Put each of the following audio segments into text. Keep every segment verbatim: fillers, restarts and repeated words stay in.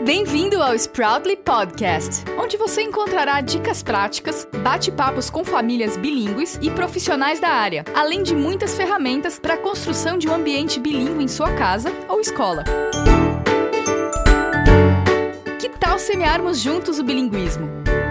Bem-vindo ao Sproutly Podcast, onde você encontrará dicas práticas, bate-papos com famílias bilíngues e profissionais da área, além de muitas ferramentas para a construção de um ambiente bilíngue em sua casa ou escola. Que tal semearmos juntos o bilinguismo?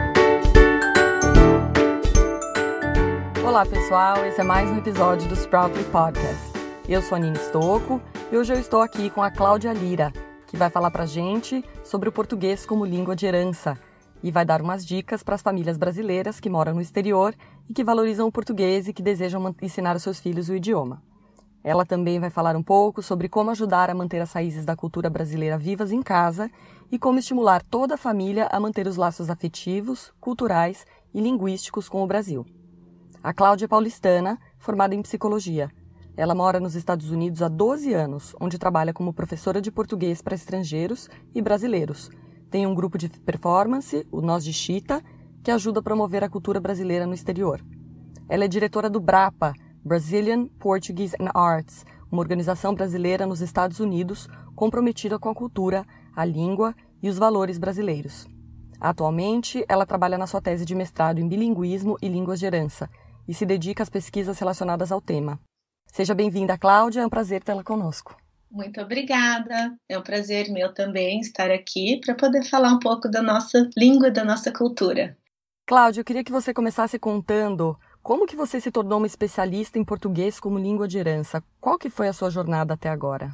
Olá pessoal, esse é mais um episódio do Sproutly Podcast. Eu sou a Nina Stocco e hoje eu estou aqui com a Cláudia Lira, que vai falar pra gente sobre o português como língua de herança e vai dar umas dicas para as famílias brasileiras que moram no exterior e que valorizam o português e que desejam ensinar aos seus filhos o idioma. Ela também vai falar um pouco sobre como ajudar a manter as raízes da cultura brasileira vivas em casa e como estimular toda a família a manter os laços afetivos, culturais e linguísticos com o Brasil. A Cláudia é paulistana, formada em psicologia. Ela mora nos Estados Unidos há doze anos, onde trabalha como professora de português para estrangeiros e brasileiros. Tem um grupo de performance, o Nós de Chita, que ajuda a promover a cultura brasileira no exterior. Ela é diretora do BRAPA, Brazilian Portuguese and Arts, uma organização brasileira nos Estados Unidos comprometida com a cultura, a língua e os valores brasileiros. Atualmente, ela trabalha na sua tese de mestrado em bilinguismo e línguas de herança e se dedica às pesquisas relacionadas ao tema. Seja bem-vinda, Cláudia, é um prazer tê-la conosco. Muito obrigada, é um prazer meu também estar aqui para poder falar um pouco da nossa língua e da nossa cultura. Cláudia, eu queria que você começasse contando como que você se tornou uma especialista em português como língua de herança. Qual que foi a sua jornada até agora?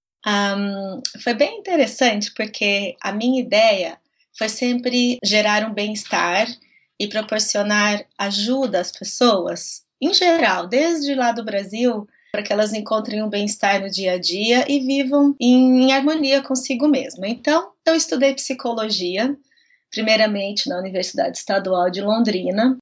Um, foi bem interessante porque a minha ideia foi sempre gerar um bem-estar e proporcionar ajuda às pessoas, em geral, desde lá do Brasil, para que elas encontrem um bem-estar no dia a dia e vivam em, em harmonia consigo mesma. Então, eu estudei psicologia, primeiramente na Universidade Estadual de Londrina,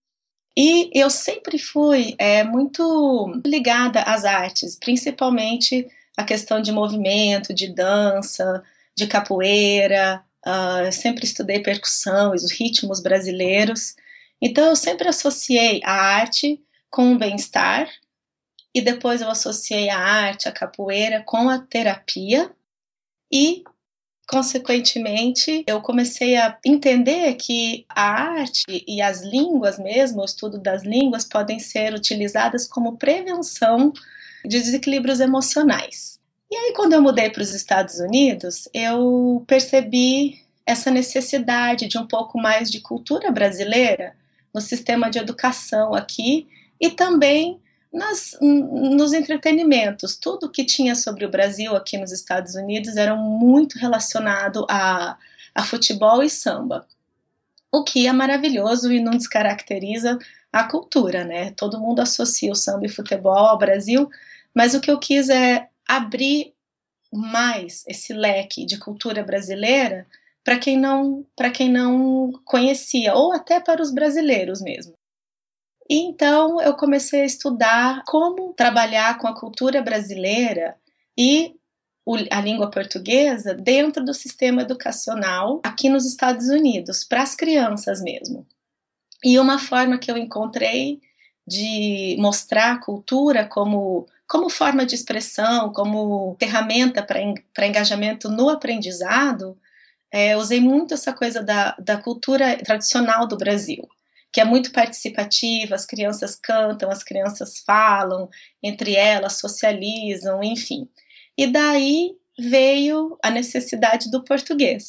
e eu sempre fui é, muito ligada às artes, principalmente a questão de movimento, de dança, de capoeira, uh, sempre estudei percussão e os ritmos brasileiros. Então, eu sempre associei a arte com o bem-estar, e depois eu associei a arte, a capoeira, com a terapia, e, consequentemente, eu comecei a entender que a arte e as línguas mesmo, o estudo das línguas, podem ser utilizadas como prevenção de desequilíbrios emocionais. E aí, quando eu mudei para os Estados Unidos, eu percebi essa necessidade de um pouco mais de cultura brasileira no sistema de educação aqui, e também nas, nos entretenimentos. Tudo que tinha sobre o Brasil aqui nos Estados Unidos era muito relacionado a, a futebol e samba. O que é maravilhoso e não descaracteriza a cultura, né? Todo mundo associa o samba e futebol ao Brasil, mas o que eu quis é abrir mais esse leque de cultura brasileira para quem não, para quem não conhecia, ou até para os brasileiros mesmo. E então eu comecei a estudar como trabalhar com a cultura brasileira e a língua portuguesa dentro do sistema educacional aqui nos Estados Unidos, para as crianças mesmo. E uma forma que eu encontrei de mostrar a cultura como, como forma de expressão, como ferramenta para engajamento no aprendizado, é, usei muito essa coisa da, da cultura tradicional do Brasil, que é muito participativa, as crianças cantam, as crianças falam entre elas, socializam, enfim. E daí veio a necessidade do português,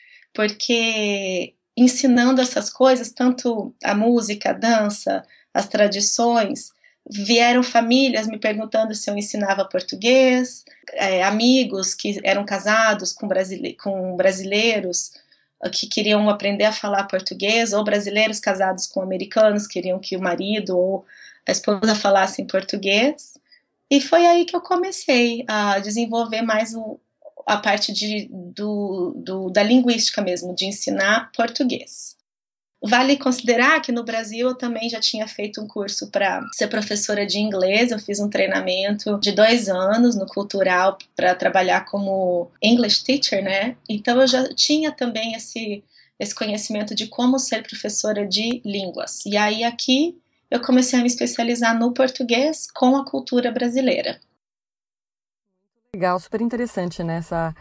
porque ensinando essas coisas, tanto a música, a dança, as tradições, vieram famílias me perguntando se eu ensinava português, é, amigos que eram casados com, brasile- com brasileiros, que queriam aprender a falar português, ou brasileiros casados com americanos, queriam que o marido ou a esposa falassem português, e foi aí que eu comecei a desenvolver mais o, a parte de, do, do, da linguística mesmo, de ensinar português. Vale considerar que no Brasil eu também já tinha feito um curso para ser professora de inglês. Eu fiz um treinamento de dois anos no Cultural para trabalhar como English teacher, né? Então eu já tinha também esse, esse conhecimento de como ser professora de línguas. E aí aqui eu comecei a me especializar no português com a cultura brasileira. Legal, super interessante, né? Essa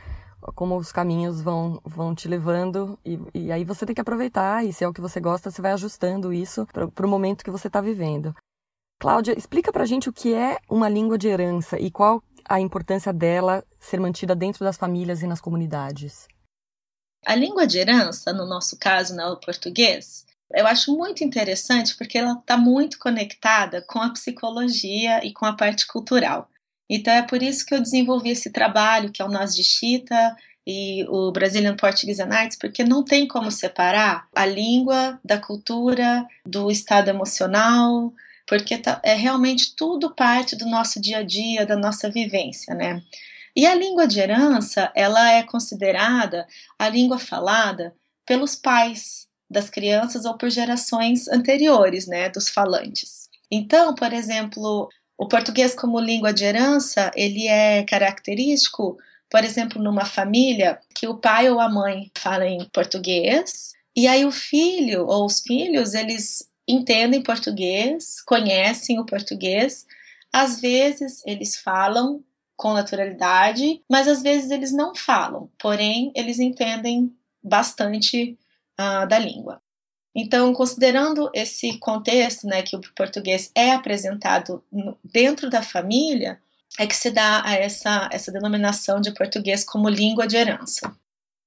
como os caminhos vão, vão te levando, e, e aí você tem que aproveitar, e se é o que você gosta, você vai ajustando isso para o momento que você está vivendo. Cláudia, explica pra gente o que é uma língua de herança e qual a importância dela ser mantida dentro das famílias e nas comunidades. A língua de herança, no nosso caso, né, o português, eu acho muito interessante porque ela está muito conectada com a psicologia e com a parte cultural. Então é por isso que eu desenvolvi esse trabalho, que é o Nós de Chita e o Brazilian Portuguese and Arts, porque não tem como separar a língua da cultura, do estado emocional, porque tá, é realmente tudo parte do nosso dia a dia, da nossa vivência, né? E a língua de herança, ela é considerada a língua falada pelos pais das crianças ou por gerações anteriores, né, dos falantes. Então, por exemplo, o português como língua de herança, ele é característico, por exemplo, numa família que o pai ou a mãe falam português, e aí o filho ou os filhos, eles entendem português, conhecem o português, às vezes eles falam com naturalidade, mas às vezes eles não falam, porém eles entendem bastante uh, da língua. Então, considerando esse contexto, né, que o português é apresentado dentro da família, é que se dá a essa, essa denominação de português como língua de herança.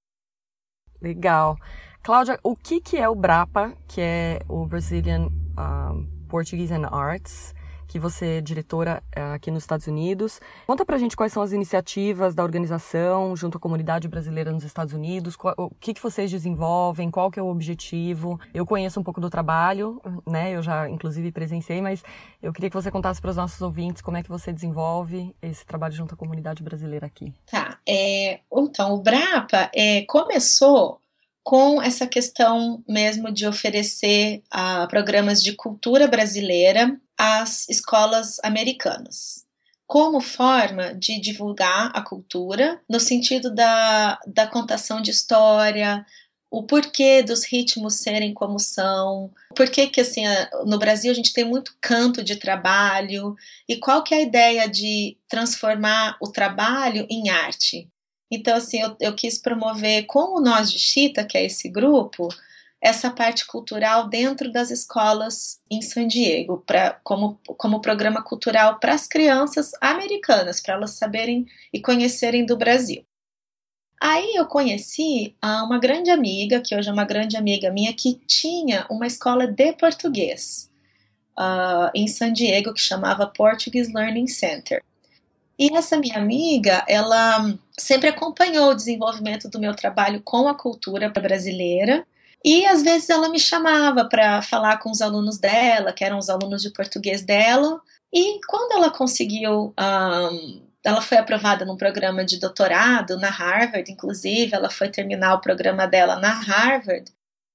Legal. Cláudia, o que, que é o BRAPA, que é o Brazilian um, Portuguese and Arts, que você é diretora uh, aqui nos Estados Unidos? Conta pra gente quais são as iniciativas da organização junto à comunidade brasileira nos Estados Unidos, qual, o que, que vocês desenvolvem, qual que é o objetivo. Eu conheço um pouco do trabalho, né? Eu já, inclusive, presenciei, mas eu queria que você contasse para os nossos ouvintes como é que você desenvolve esse trabalho junto à comunidade brasileira aqui. Tá, é, então, o BRAPA é, começou com essa questão mesmo de oferecer uh, programas de cultura brasileira às escolas americanas, como forma de divulgar a cultura, no sentido da, da contação de história, o porquê dos ritmos serem como são, porquê que assim, no Brasil a gente tem muito canto de trabalho, e qual que é a ideia de transformar o trabalho em arte. Então, assim, eu, eu quis promover com o Nós de Chita, que é esse grupo, essa parte cultural dentro das escolas em San Diego, pra, como, como programa cultural para as crianças americanas, para elas saberem e conhecerem do Brasil. Aí eu conheci uma grande amiga, que hoje é uma grande amiga minha, que tinha uma escola de português uh, em San Diego, que chamava Portuguese Learning Center. E essa minha amiga, ela sempre acompanhou o desenvolvimento do meu trabalho com a cultura brasileira, e às vezes ela me chamava para falar com os alunos dela, que eram os alunos de português dela, e quando ela conseguiu, um, ela foi aprovada num programa de doutorado na Harvard, inclusive, ela foi terminar o programa dela na Harvard,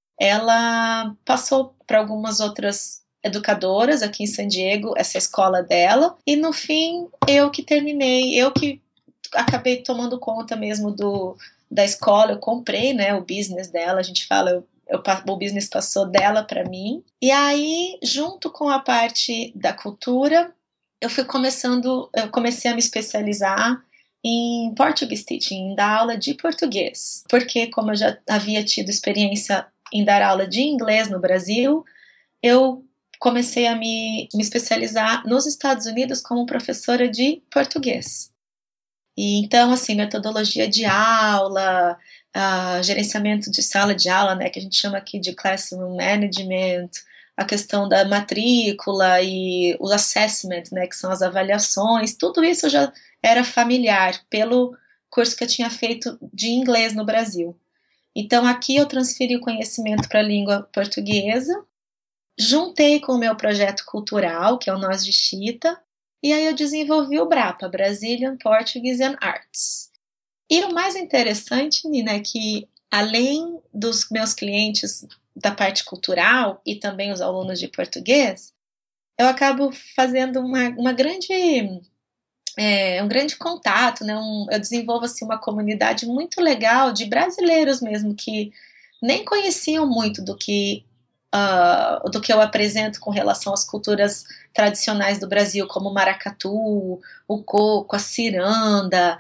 ela passou para algumas outras educadoras aqui em San Diego, essa escola dela, e no fim eu que terminei, eu que acabei tomando conta mesmo do, da escola, eu comprei, né, o business dela, a gente fala, eu, eu, o business passou dela para mim, e aí junto com a parte da cultura, eu fui começando, eu comecei a me especializar em Portuguese Teaching, em dar aula de português, porque como eu já havia tido experiência em dar aula de inglês no Brasil, eu comecei a me, me especializar nos Estados Unidos como professora de português. E então, assim, metodologia de aula, uh, gerenciamento de sala de aula, né, que a gente chama aqui de classroom management, a questão da matrícula e o assessment, né, que são as avaliações, tudo isso já era familiar pelo curso que eu tinha feito de inglês no Brasil. Então, aqui eu transferi o conhecimento para a língua portuguesa, juntei com o meu projeto cultural, que é o Nós de Chita, e aí eu desenvolvi o BRAPA, Brazilian Portuguese and Arts. E o mais interessante, Nina, é que além dos meus clientes da parte cultural e também os alunos de português, eu acabo fazendo uma, uma grande, é, um grande contato, né? um, eu desenvolvo assim, uma comunidade muito legal de brasileiros mesmo, que nem conheciam muito do que Uh, do que eu apresento com relação às culturas tradicionais do Brasil, como o maracatu, o coco, a ciranda,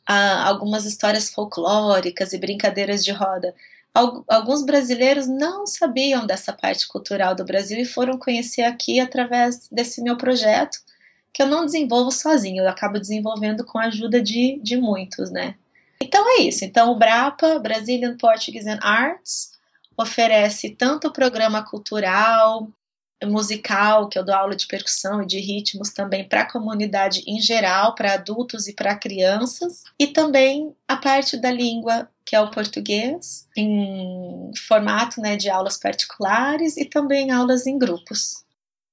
ah, algumas histórias folclóricas e brincadeiras de roda. Alguns brasileiros não sabiam dessa parte cultural do Brasil e foram conhecer aqui através desse meu projeto, que eu não desenvolvo sozinho, eu acabo desenvolvendo com a ajuda de, de muitos, né? Então é isso. Então o BRAPA, Brazilian Portuguese and Arts, oferece tanto o programa cultural, musical, que eu dou aula de percussão e de ritmos também para a comunidade em geral, para adultos e para crianças, e também a parte da língua, que é o português, em formato, né, de aulas particulares e também aulas em grupos.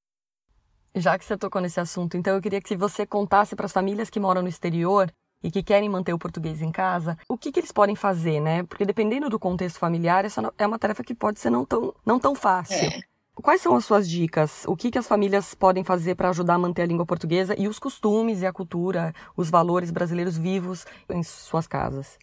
Já que você tocou nesse assunto, então eu queria que você contasse para as famílias que moram no exterior e que querem manter o português em casa, o que, que eles podem fazer, né? Porque dependendo do contexto familiar, essa é uma tarefa que pode ser não tão, não tão fácil. É. Quais são as suas dicas? O que, que as famílias podem fazer para ajudar a manter a língua portuguesa e os costumes e a cultura, os valores brasileiros vivos em suas casas?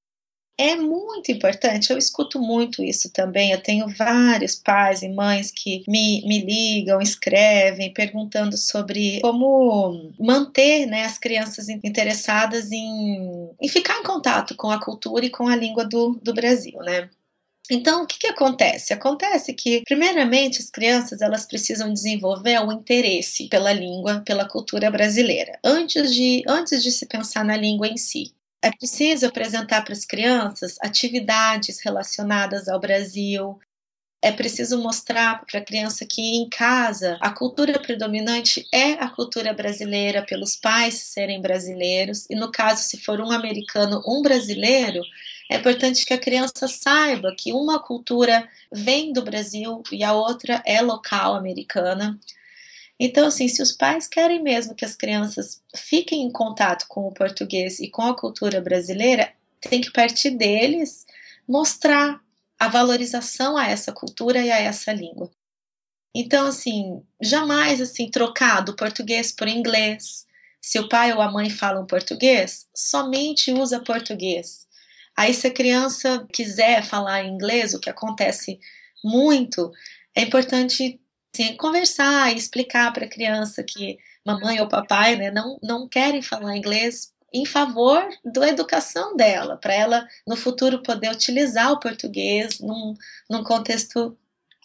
É muito importante, eu escuto muito isso também, eu tenho vários pais e mães que me, me ligam, escrevem, perguntando sobre como manter, né, as crianças interessadas em, em ficar em contato com a cultura e com a língua do, do Brasil, né? Então, o que, que acontece? Acontece que, primeiramente, as crianças elas precisam desenvolver o interesse pela língua, pela cultura brasileira, antes de, antes de se pensar na língua em si. É preciso apresentar para as crianças atividades relacionadas ao Brasil. É preciso mostrar para a criança que em casa a cultura predominante é a cultura brasileira, pelos pais serem brasileiros. E no caso, se for um americano, um brasileiro, é importante que a criança saiba que uma cultura vem do Brasil e a outra é local americana. Então, assim, se os pais querem mesmo que as crianças fiquem em contato com o português e com a cultura brasileira, tem que partir deles mostrar a valorização a essa cultura e a essa língua. Então, assim, jamais assim trocar do português por inglês. Se o pai ou a mãe falam português, somente usa português. Aí, se a criança quiser falar inglês, o que acontece muito, é importante assim, conversar e explicar para a criança que mamãe ou papai, né, não, não querem falar inglês em favor da educação dela, para ela no futuro poder utilizar o português num, num contexto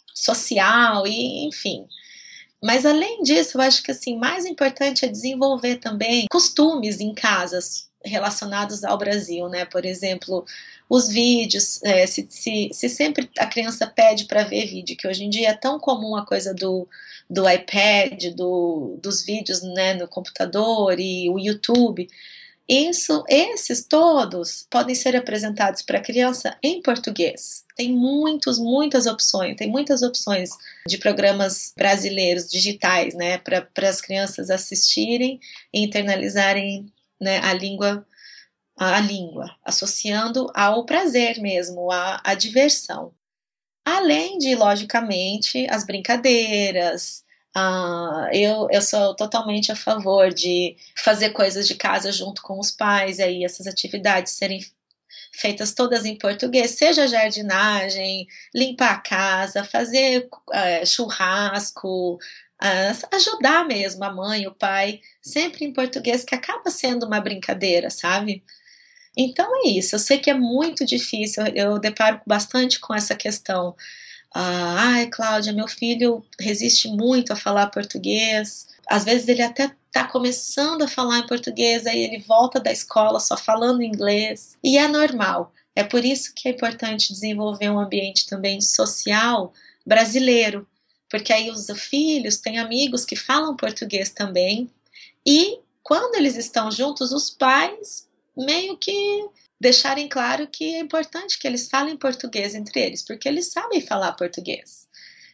social e enfim. Mas além disso, eu acho que assim, mais importante é desenvolver também costumes em casas relacionados ao Brasil, né? Por exemplo, os vídeos, é, se, se, se sempre a criança pede para ver vídeo, que hoje em dia é tão comum a coisa do, do iPad, do, dos vídeos, né, no computador e o YouTube, isso, esses todos podem ser apresentados para a criança em português. Tem muitos, muitas opções, tem muitas opções de programas brasileiros digitais, né, para as crianças assistirem e internalizarem, né, a língua, a língua, associando ao prazer mesmo, à, à diversão. Além de, logicamente, as brincadeiras. Uh, eu, eu sou totalmente a favor de fazer coisas de casa junto com os pais, e aí essas atividades serem feitas todas em português, seja jardinagem, limpar a casa, fazer uh, churrasco, uh, ajudar mesmo a mãe, o pai, sempre em português, que acaba sendo uma brincadeira, sabe? Então é isso, eu sei que é muito difícil, eu deparo bastante com essa questão. Ah, ai, Cláudia, meu filho resiste muito a falar português. Às vezes ele até está começando a falar em português, aí ele volta da escola só falando inglês. E é normal. É por isso que é importante desenvolver um ambiente também social brasileiro, porque aí os filhos têm amigos que falam português também. E quando eles estão juntos, os pais meio que deixarem claro que é importante que eles falem português entre eles, porque eles sabem falar português.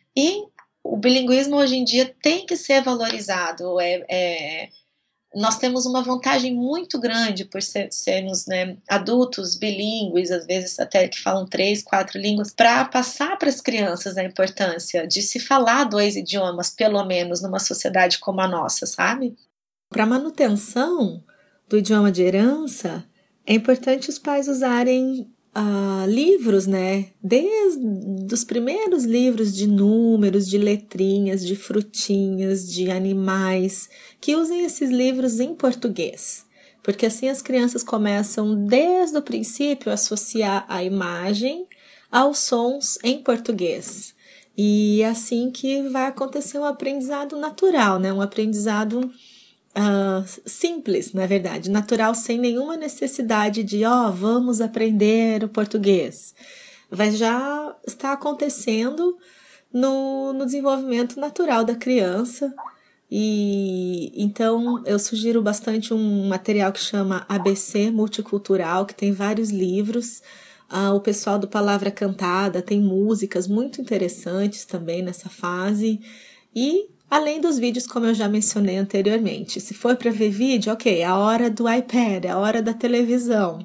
E o bilinguismo hoje em dia tem que ser valorizado. É, é, nós temos uma vantagem muito grande por ser, sermos, né, adultos bilíngues, às vezes até que falam três, quatro línguas, para passar para as crianças a importância de se falar dois idiomas, pelo menos numa sociedade como a nossa, sabe? Para a manutenção do idioma de herança, é importante os pais usarem uh, livros, né? Desde os primeiros livros de números, de letrinhas, de frutinhas, de animais, que usem esses livros em português. porque assim as crianças começam desde o princípio a associar a imagem aos sons em português. E é assim que vai acontecer um aprendizado natural, né? Um aprendizado uh, simples, na verdade, natural, sem nenhuma necessidade de, ó, oh, vamos aprender o português. Vai já estar acontecendo no, no desenvolvimento natural da criança. E então eu sugiro bastante um material que chama A B C Multicultural, que tem vários livros. Uh, o pessoal do Palavra Cantada tem músicas muito interessantes também nessa fase. E além dos vídeos, como eu já mencionei anteriormente. Se for para ver vídeo, ok, é a hora do iPad, é a hora da televisão.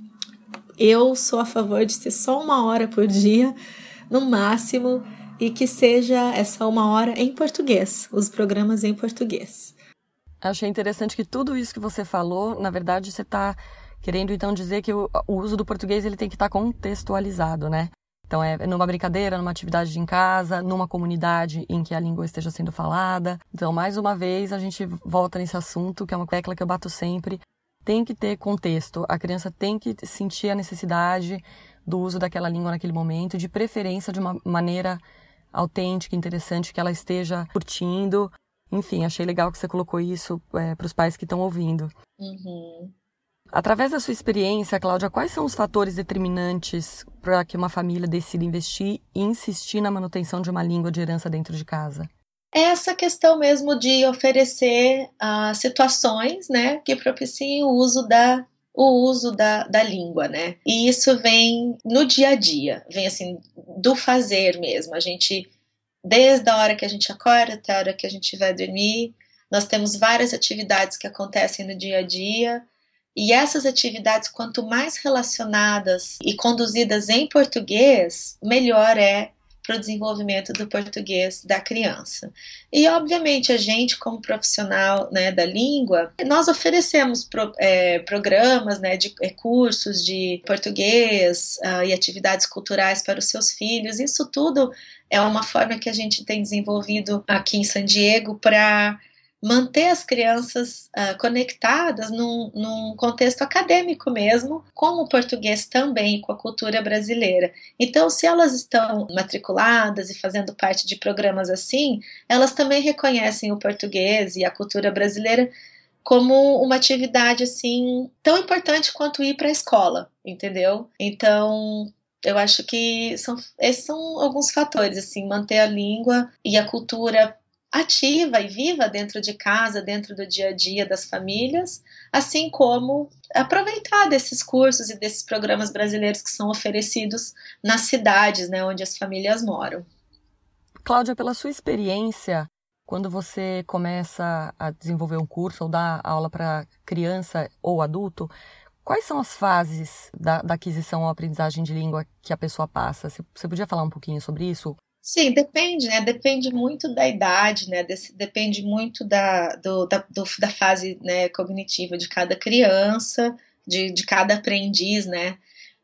Eu sou a favor de ser só uma hora por dia, no máximo, e que seja essa uma hora em português, os programas em português. Achei interessante que tudo isso que você falou, na verdade, você está querendo então dizer que o, o uso do português ele tem que estar contextualizado, né? Então é numa brincadeira, numa atividade em casa, numa comunidade em que a língua esteja sendo falada. Então, mais uma vez, a gente volta nesse assunto, que é uma tecla que eu bato sempre. Tem que ter contexto, a criança tem que sentir a necessidade do uso daquela língua naquele momento, de preferência de uma maneira autêntica, interessante, que ela esteja curtindo. Enfim, achei legal que você colocou isso é, para os pais que estão ouvindo. Uhum. Através da sua experiência, Cláudia, quais são os fatores determinantes para que uma família decida investir e insistir na manutenção de uma língua de herança dentro de casa? É essa questão mesmo de oferecer uh, situações, né, que propiciem o uso da o uso da, da língua, né? E isso vem no dia a dia, vem assim, do fazer mesmo. A gente, desde a hora que a gente acorda até a hora que a gente vai dormir, nós temos várias atividades que acontecem no dia a dia, e essas atividades, quanto mais relacionadas e conduzidas em português, melhor é para o desenvolvimento do português da criança. E, obviamente, a gente, como profissional, né, da língua, nós oferecemos pro, é, programas, né, de é, cursos de português uh, e atividades culturais para os seus filhos. Isso tudo é uma forma que a gente tem desenvolvido aqui em San Diego para manter as crianças uh, conectadas num, num contexto acadêmico mesmo, com o português também, com a cultura brasileira. Então, se elas estão matriculadas e fazendo parte de programas assim, elas também reconhecem o português e a cultura brasileira como uma atividade assim tão importante quanto ir para a escola, entendeu? Então, eu acho que são, esses são alguns fatores, assim, manter a língua e a cultura ativa e viva dentro de casa, dentro do dia a dia das famílias, assim como aproveitar desses cursos e desses programas brasileiros que são oferecidos nas cidades, né, onde as famílias moram. Cláudia, pela sua experiência, quando você começa a desenvolver um curso ou dar aula para criança ou adulto, quais são as fases da, da aquisição ou aprendizagem de língua que a pessoa passa? Você podia falar um pouquinho sobre isso? Sim, depende, né? Depende muito da idade, né? Desse, depende muito da, do, da, do, da fase, né, cognitiva de cada criança, de, de cada aprendiz, né?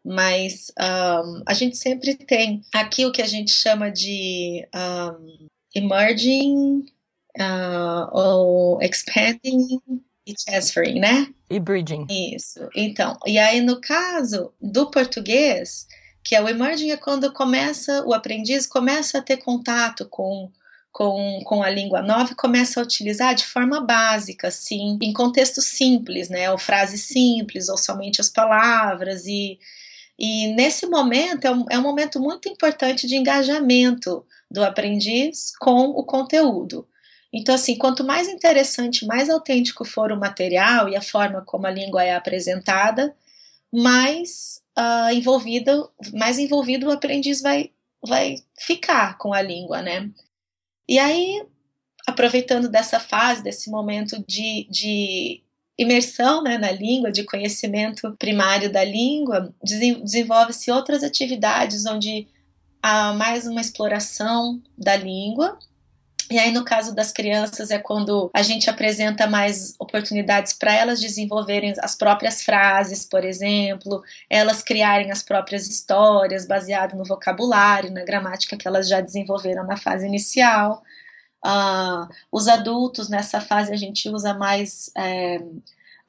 Mas um, a gente sempre tem aqui o que a gente chama de um, emerging uh, ou expanding e transferring, né? E bridging. Isso. Então, e aí no caso do português, que é o emerging, é quando começa, o aprendiz começa a ter contato com, com, com a língua nova e começa a utilizar de forma básica, assim, em contextos simples, né, ou frases simples, ou somente as palavras, e, e nesse momento é um, é um momento muito importante de engajamento do aprendiz com o conteúdo. Então, assim, quanto mais interessante, mais autêntico for o material e a forma como a língua é apresentada, mais Uh, envolvido, mais envolvido o aprendiz vai, vai ficar com a língua, né? E aí, aproveitando dessa fase, desse momento de, de imersão, né, na língua, de conhecimento primário da língua, desenvolve-se outras atividades onde há mais uma exploração da língua. E aí, no caso das crianças, é quando a gente apresenta mais oportunidades para elas desenvolverem as próprias frases, por exemplo, elas criarem as próprias histórias baseado no vocabulário, na gramática que elas já desenvolveram na fase inicial. Uh, os adultos, nessa fase, a gente usa mais é,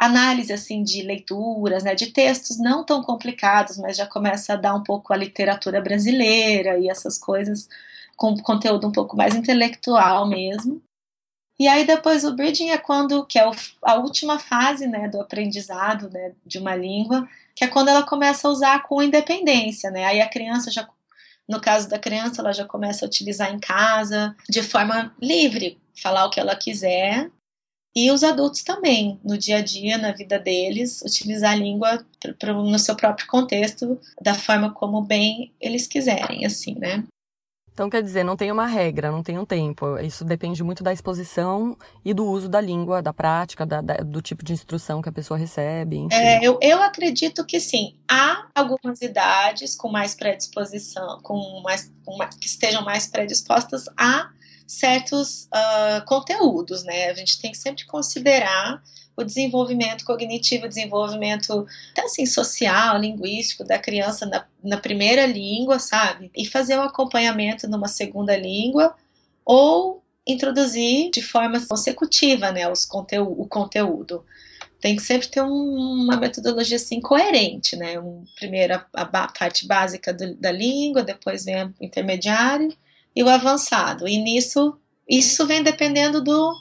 análise assim de leituras, né, de textos não tão complicados, mas já começa a dar um pouco a literatura brasileira e essas coisas, com conteúdo um pouco mais intelectual mesmo. E aí depois o bridging é quando, que é o, a última fase, né, do aprendizado, né, de uma língua, que é quando ela começa a usar com independência, né, aí a criança já, no caso da criança, ela já começa a utilizar em casa, de forma livre, falar o que ela quiser, e os adultos também, no dia a dia, na vida deles, utilizar a língua pro, pro, no seu próprio contexto, da forma como bem eles quiserem, assim, né. Então, quer dizer, não tem uma regra, não tem um tempo. Isso depende muito da exposição e do uso da língua, da prática, da, da, do tipo de instrução que a pessoa recebe, enfim. É, eu, eu acredito que sim. Há algumas idades com mais predisposição, com mais, com mais, que estejam mais predispostas a certos uh, conteúdos, né? A gente tem que sempre considerar o desenvolvimento cognitivo, o desenvolvimento até assim, social, linguístico da criança na, na primeira língua, sabe? E fazer um acompanhamento numa segunda língua ou introduzir de forma consecutiva, né, os conteú- o conteúdo. Tem que sempre ter um, uma metodologia assim, coerente, né? Um, primeiro a, a parte básica do, da língua, depois vem o intermediário e o avançado. E nisso, isso vem dependendo do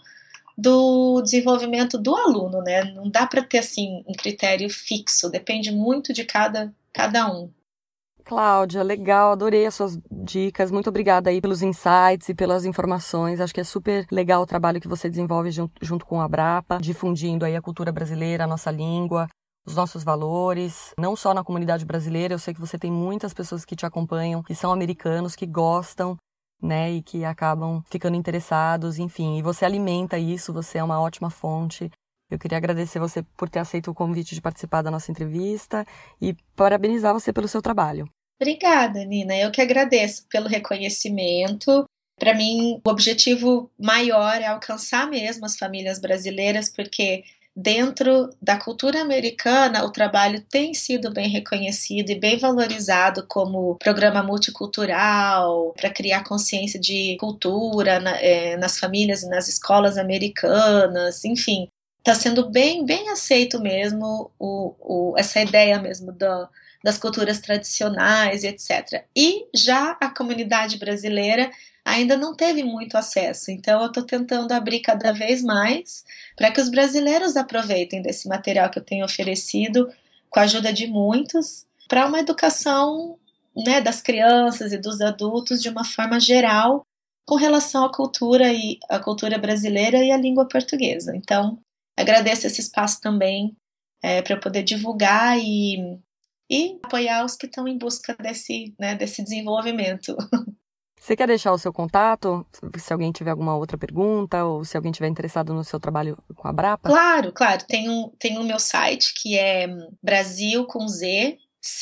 do desenvolvimento do aluno, né? Não dá para ter, assim, um critério fixo, depende muito de cada, cada um. Cláudia, legal, adorei as suas dicas, muito obrigada aí pelos insights e pelas informações, acho que é super legal o trabalho que você desenvolve junto, junto com a Abrapa, difundindo aí a cultura brasileira, a nossa língua, os nossos valores, não só na comunidade brasileira, eu sei que você tem muitas pessoas que te acompanham, que são americanos, que gostam, né, e que acabam ficando interessados, enfim, e você alimenta isso, você é uma ótima fonte. Eu queria agradecer você por ter aceito o convite de participar da nossa entrevista e parabenizar você pelo seu trabalho. Obrigada, Nina, eu que agradeço pelo reconhecimento. Para mim, o objetivo maior é alcançar mesmo as famílias brasileiras, porque dentro da cultura americana, o trabalho tem sido bem reconhecido e bem valorizado como programa multicultural para criar consciência de cultura na, é, nas famílias e nas escolas americanas, enfim. Está sendo bem, bem aceito mesmo o, o, essa ideia mesmo do, das culturas tradicionais e etcétera. E já a comunidade brasileira ainda não teve muito acesso, então eu estou tentando abrir cada vez mais para que os brasileiros aproveitem desse material que eu tenho oferecido, com a ajuda de muitos, para uma educação, né, das crianças e dos adultos de uma forma geral com relação à cultura, e, à cultura brasileira e à língua portuguesa. Então, agradeço esse espaço também é, para eu poder divulgar e, e apoiar os que estão em busca desse, né, desse desenvolvimento. Você quer deixar o seu contato, se alguém tiver alguma outra pergunta ou se alguém tiver interessado no seu trabalho com a Abrapa? Claro, claro. Tem o um, tem um meu site que é Brasil com Z,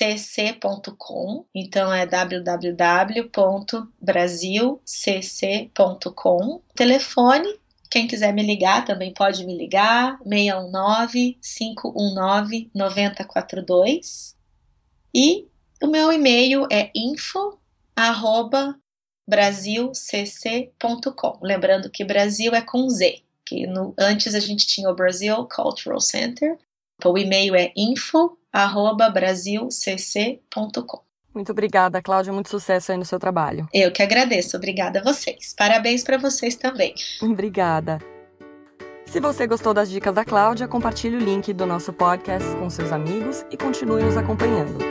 cc ponto com. Então é w w w ponto brasil c c ponto com. Telefone, quem quiser me ligar também pode me ligar, seis um nove, cinco um nove, nove zero quatro dois. E o meu e-mail é info arroba brasil c c ponto com. Lembrando que Brasil é com Z, que no, antes a gente tinha o Brazil Cultural Center. O e-mail é info arroba brasil c c ponto com. Muito obrigada, Cláudia. Muito sucesso aí no seu trabalho. Eu que agradeço. Obrigada a vocês. Parabéns para vocês também. Obrigada. Se você gostou das dicas da Cláudia, compartilhe o link do nosso podcast com seus amigos e continue nos acompanhando.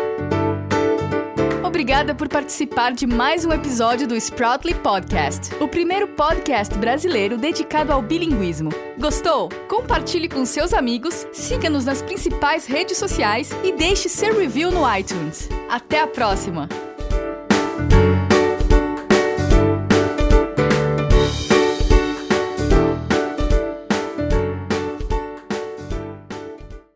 Obrigada por participar de mais um episódio do Sproutly Podcast, o primeiro podcast brasileiro dedicado ao bilinguismo. Gostou? Compartilhe com seus amigos, siga-nos nas principais redes sociais e deixe seu review no iTunes. Até a próxima!